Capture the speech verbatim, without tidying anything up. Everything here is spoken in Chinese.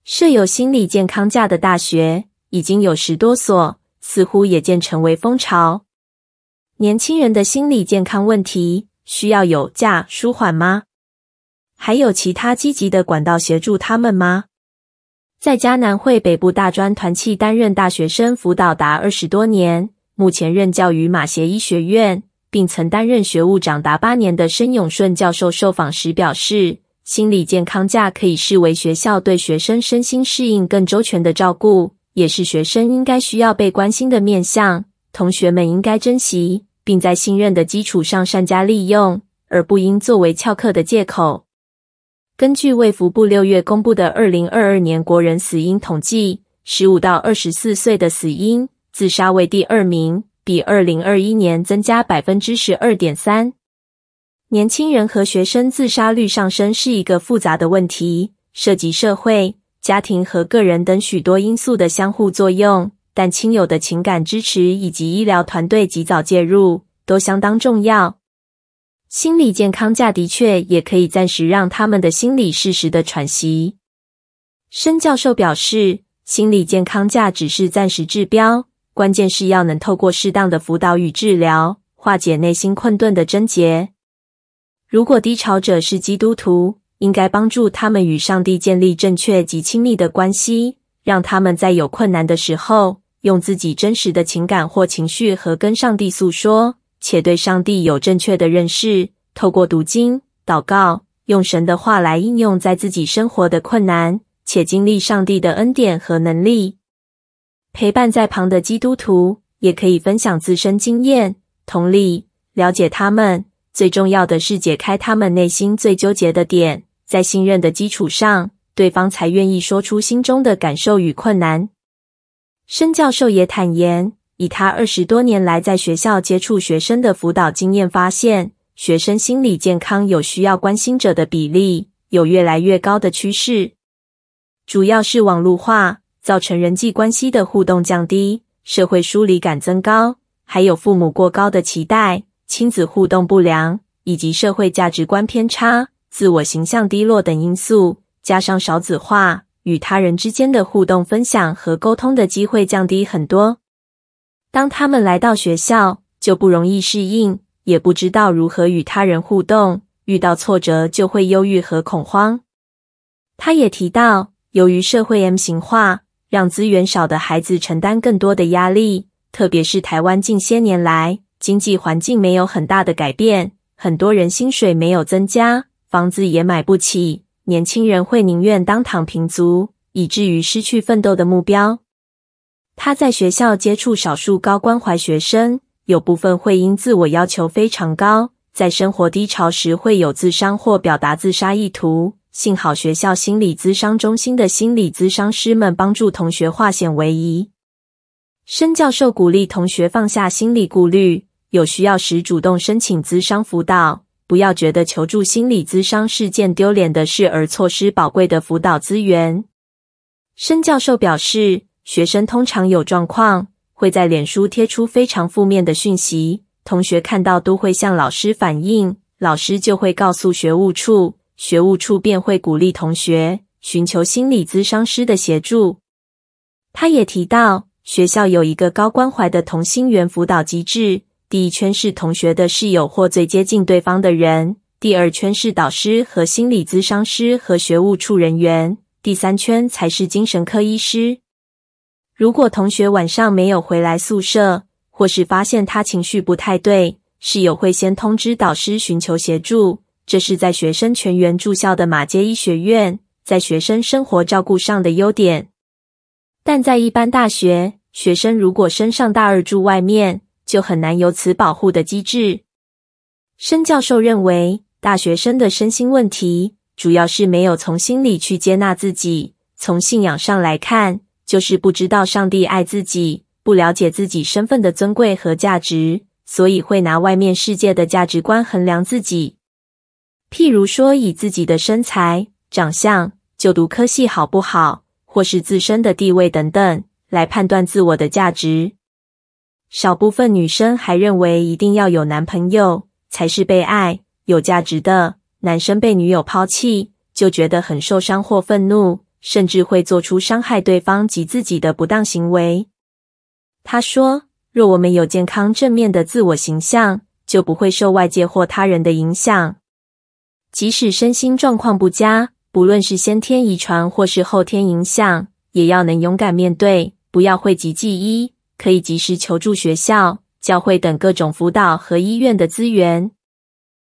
设有心理健康假的大学已经有十多所，似乎也渐成为风潮。年轻人的心理健康问题需要有假舒缓吗？还有其他积极的管道协助他们吗？在嘉南会北部大专团契担任大学生辅导达二十多年，目前任教于马偕医学院，并曾担任学务长达八年的申永顺教授受访时表示，心理健康假可以视为学校对学生身心适应更周全的照顾，也是学生应该需要被关心的面向，同学们应该珍惜，并在信任的基础上善加利用，而不应作为翘课的借口。根据卫福部六月公布的二零二二年国人死因统计，十五到二十四岁的死因，自杀为第二名，比二零二一年增加 百分之十二点三。 年轻人和学生自杀率上升是一个复杂的问题，涉及社会、家庭和个人等许多因素的相互作用，但亲友的情感支持以及医疗团队及早介入都相当重要。心理健康假的确也可以暂时让他们的心理适时的喘息。申教授表示，心理健康假只是暂时治标，关键是要能透过适当的辅导与治疗，化解内心困顿的症结。如果低潮者是基督徒，应该帮助他们与上帝建立正确及亲密的关系，让他们在有困难的时候，用自己真实的情感或情绪和跟上帝诉说，且对上帝有正确的认识，透过读经、祷告，用神的话来应用在自己生活的困难，且经历上帝的恩典和能力。陪伴在旁的基督徒也可以分享自身经验，同理，了解他们，最重要的是解开他们内心最纠结的点，在信任的基础上，对方才愿意说出心中的感受与困难。申教授也坦言，以他二十多年来在学校接触学生的辅导经验发现，学生心理健康有需要关心者的比例有越来越高的趋势。主要是网络化造成人际关系的互动降低，社会疏离感增高，还有父母过高的期待，亲子互动不良，以及社会价值观偏差，自我形象低落等因素，加上少子化，与他人之间的互动分享和沟通的机会降低很多。当他们来到学校，就不容易适应，也不知道如何与他人互动，遇到挫折就会忧郁和恐慌。他也提到，由于社会 M 型化，让资源少的孩子承担更多的压力，特别是台湾近些年来，经济环境没有很大的改变，很多人薪水没有增加，房子也买不起，年轻人会宁愿当躺平族，以至于失去奋斗的目标。他在学校接触少数高关怀学生，有部分会因自我要求非常高，在生活低潮时会有自伤或表达自杀意图，幸好学校心理咨商中心的心理咨商师们帮助同学化险为夷。申教授鼓励同学放下心理顾虑，有需要时主动申请咨商辅导，不要觉得求助心理咨商是件丢脸的事而错失宝贵的辅导资源。申教授表示，学生通常有状况，会在脸书贴出非常负面的讯息，同学看到都会向老师反映，老师就会告诉学务处，学务处便会鼓励同学寻求心理咨商师的协助。他也提到，学校有一个高关怀的同心圆辅导机制，第一圈是同学的室友或最接近对方的人，第二圈是导师和心理咨商师和学务处人员，第三圈才是精神科医师。如果同学晚上没有回来宿舍，或是发现他情绪不太对，室友会先通知导师寻求协助，这是在学生全员住校的马偕医学院在学生生活照顾上的优点。但在一般大学，学生如果升上大二住外面，就很难有此保护的机制。申教授认为，大学生的身心问题主要是没有从心里去接纳自己，从信仰上来看，就是不知道上帝爱自己，不了解自己身份的尊贵和价值，所以会拿外面世界的价值观衡量自己。譬如说，以自己的身材、长相、就读科系好不好，或是自身的地位等等，来判断自我的价值。少部分女生还认为一定要有男朋友才是被爱、有价值的，男生被女友抛弃就觉得很受伤或愤怒， 甚至会做出伤害对方及自己的不当行为。他说，若我们有健康正面的自我形象，就不会受外界或他人的影响。即使身心状况不佳，不论是先天遗传或是后天影响，也要能勇敢面对，不要讳疾忌医，可以及时求助学校、教会等各种辅导和医院的资源，